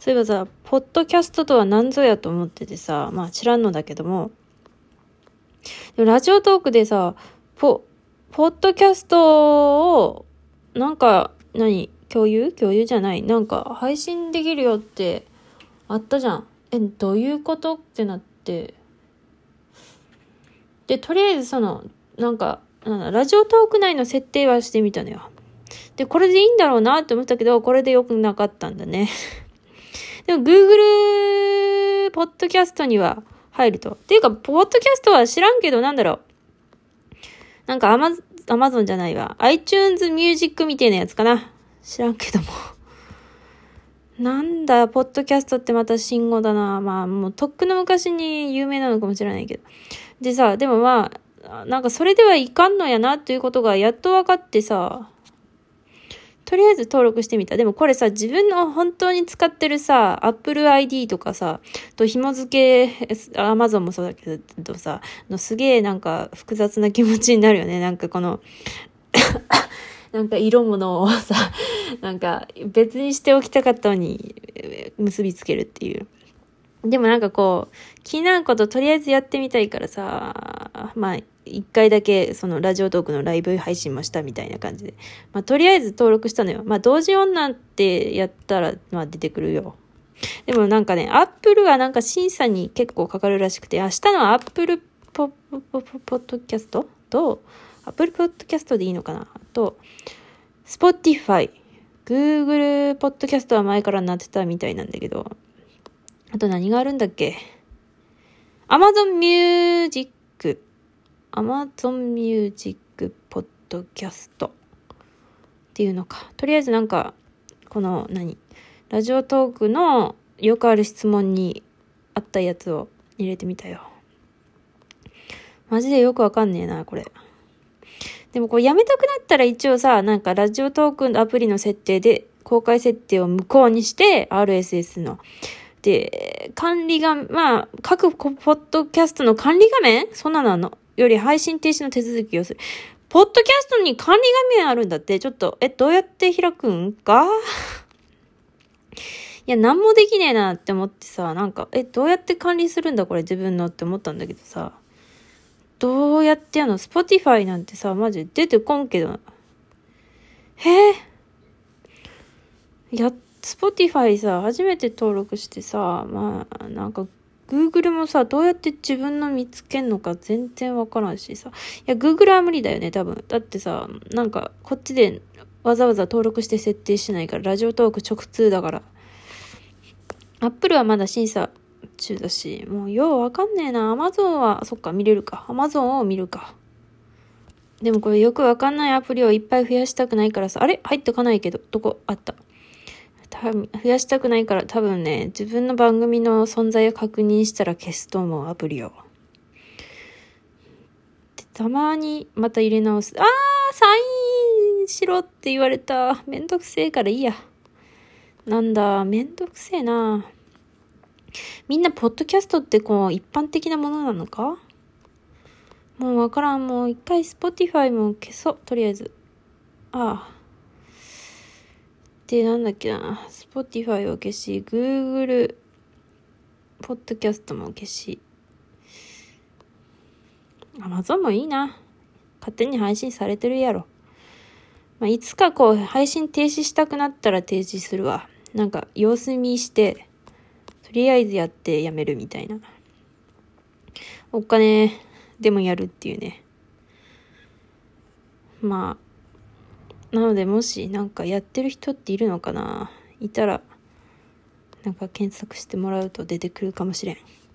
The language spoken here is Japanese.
そういえばさ、ポッドキャストとは何ぞやと思っててさ、まあ知らんのだけども、でもラジオトークでさ、ポッドキャストを、なんか、共有じゃない。なんか、配信できるよってあったじゃん。どういうことってなって。で、とりあえずラジオトーク内の設定はしてみたのよ。で、これでいいんだろうなって思ったけど、これでよくなかったんだね。でも Google ポッドキャストには入ると。っていうか、ポッドキャストは知らんけど、なんだろう。なんかAmazon じゃないわ。iTunes Music みたいなやつかな。知らんけども。なんだ、ポッドキャストってまた新語だな。まあ、もうとっくの昔に有名なのかもしれないけど。でさ、でもまあ、なんかそれではいかんのやなっていうことがやっと分かってさ、とりあえず登録してみた。でもこれさ、自分の本当に使ってるさ、Apple ID とかさ、と紐付け、Amazon もそうだけどさ、すげえなんか複雑な気持ちになるよね。なんかこの、なんか色物をさ、なんか別にしておきたかったのに結びつけるっていう。でもなんかこう、気になることとりあえずやってみたいからさ、まあ、一回だけそのラジオトークのライブ配信もしたみたいな感じで。まあ、とりあえず登録したのよ。まあ、同時女ってやったら、まあ出てくるよ。でもなんかね、アップルはなんか審査に結構かかるらしくて、明日のアップルポッドキャストと、アップルポッドキャストでいいのかなと、Spotify、Google ポッドキャストは前からなってたみたいなんだけど、あと何があるんだっけ？ Amazon Musicポッドキャストっていうのか。とりあえずなんか、ラジオトークのよくある質問にあったやつを入れてみたよ。マジでよくわかんねえな、これ。でもこれやめたくなったら一応さ、なんかラジオトークのアプリの設定で公開設定を無効にして、RSS の。で、まあ、各ポッドキャストの管理画面そんなのあんのより配信停止の手続きをする。ポッドキャストに管理画面あるんだって。ちょっと、どうやって開くんかいや、なんもできねえなって思ってさ、なんか、どうやって管理するんだこれ自分のって思ったんだけどさ。どうやってやんの？ Spotify なんてさ、マジ出てこんけど。Spotify さ、初めて登録してさ、まあ、なんか、Google もさ、どうやって自分の見つけんのか全然わからんしさ。いや、Google は無理だよね、多分。だってさ、なんか、こっちでわざわざ登録して設定してないから、ラジオトーク直通だから。Apple はまだ審査中だし、もうようわかんねえな。Amazon は、そっか、見れるか。Amazon を見るか。でもこれよくわかんないアプリをいっぱい増やしたくないからさ、あれ入ってかないけど、どこあった。増やしたくないから多分ね、自分の番組の存在を確認したら消すと思う、アプリを。で、たまにまた入れ直す。サインしろって言われた。めんどくせえからいいや。なんだ、めんどくせえな。みんなポッドキャストってこう一般的なものなのか？もうわからん。もう一回 Spotify も消そう。とりあえず。で、なんだっけな。Spotify を消し、Google ポッドキャストも消し。Amazon もいいな。勝手に配信されてるやろ。まあ、いつかこう、配信停止したくなったら停止するわ。なんか、様子見して、とりあえずやってやめるみたいな。お金でもやるっていうね。まあ、なのでもしなんかやってる人っているのかな？いたら、なんか検索してもらうと出てくるかもしれん。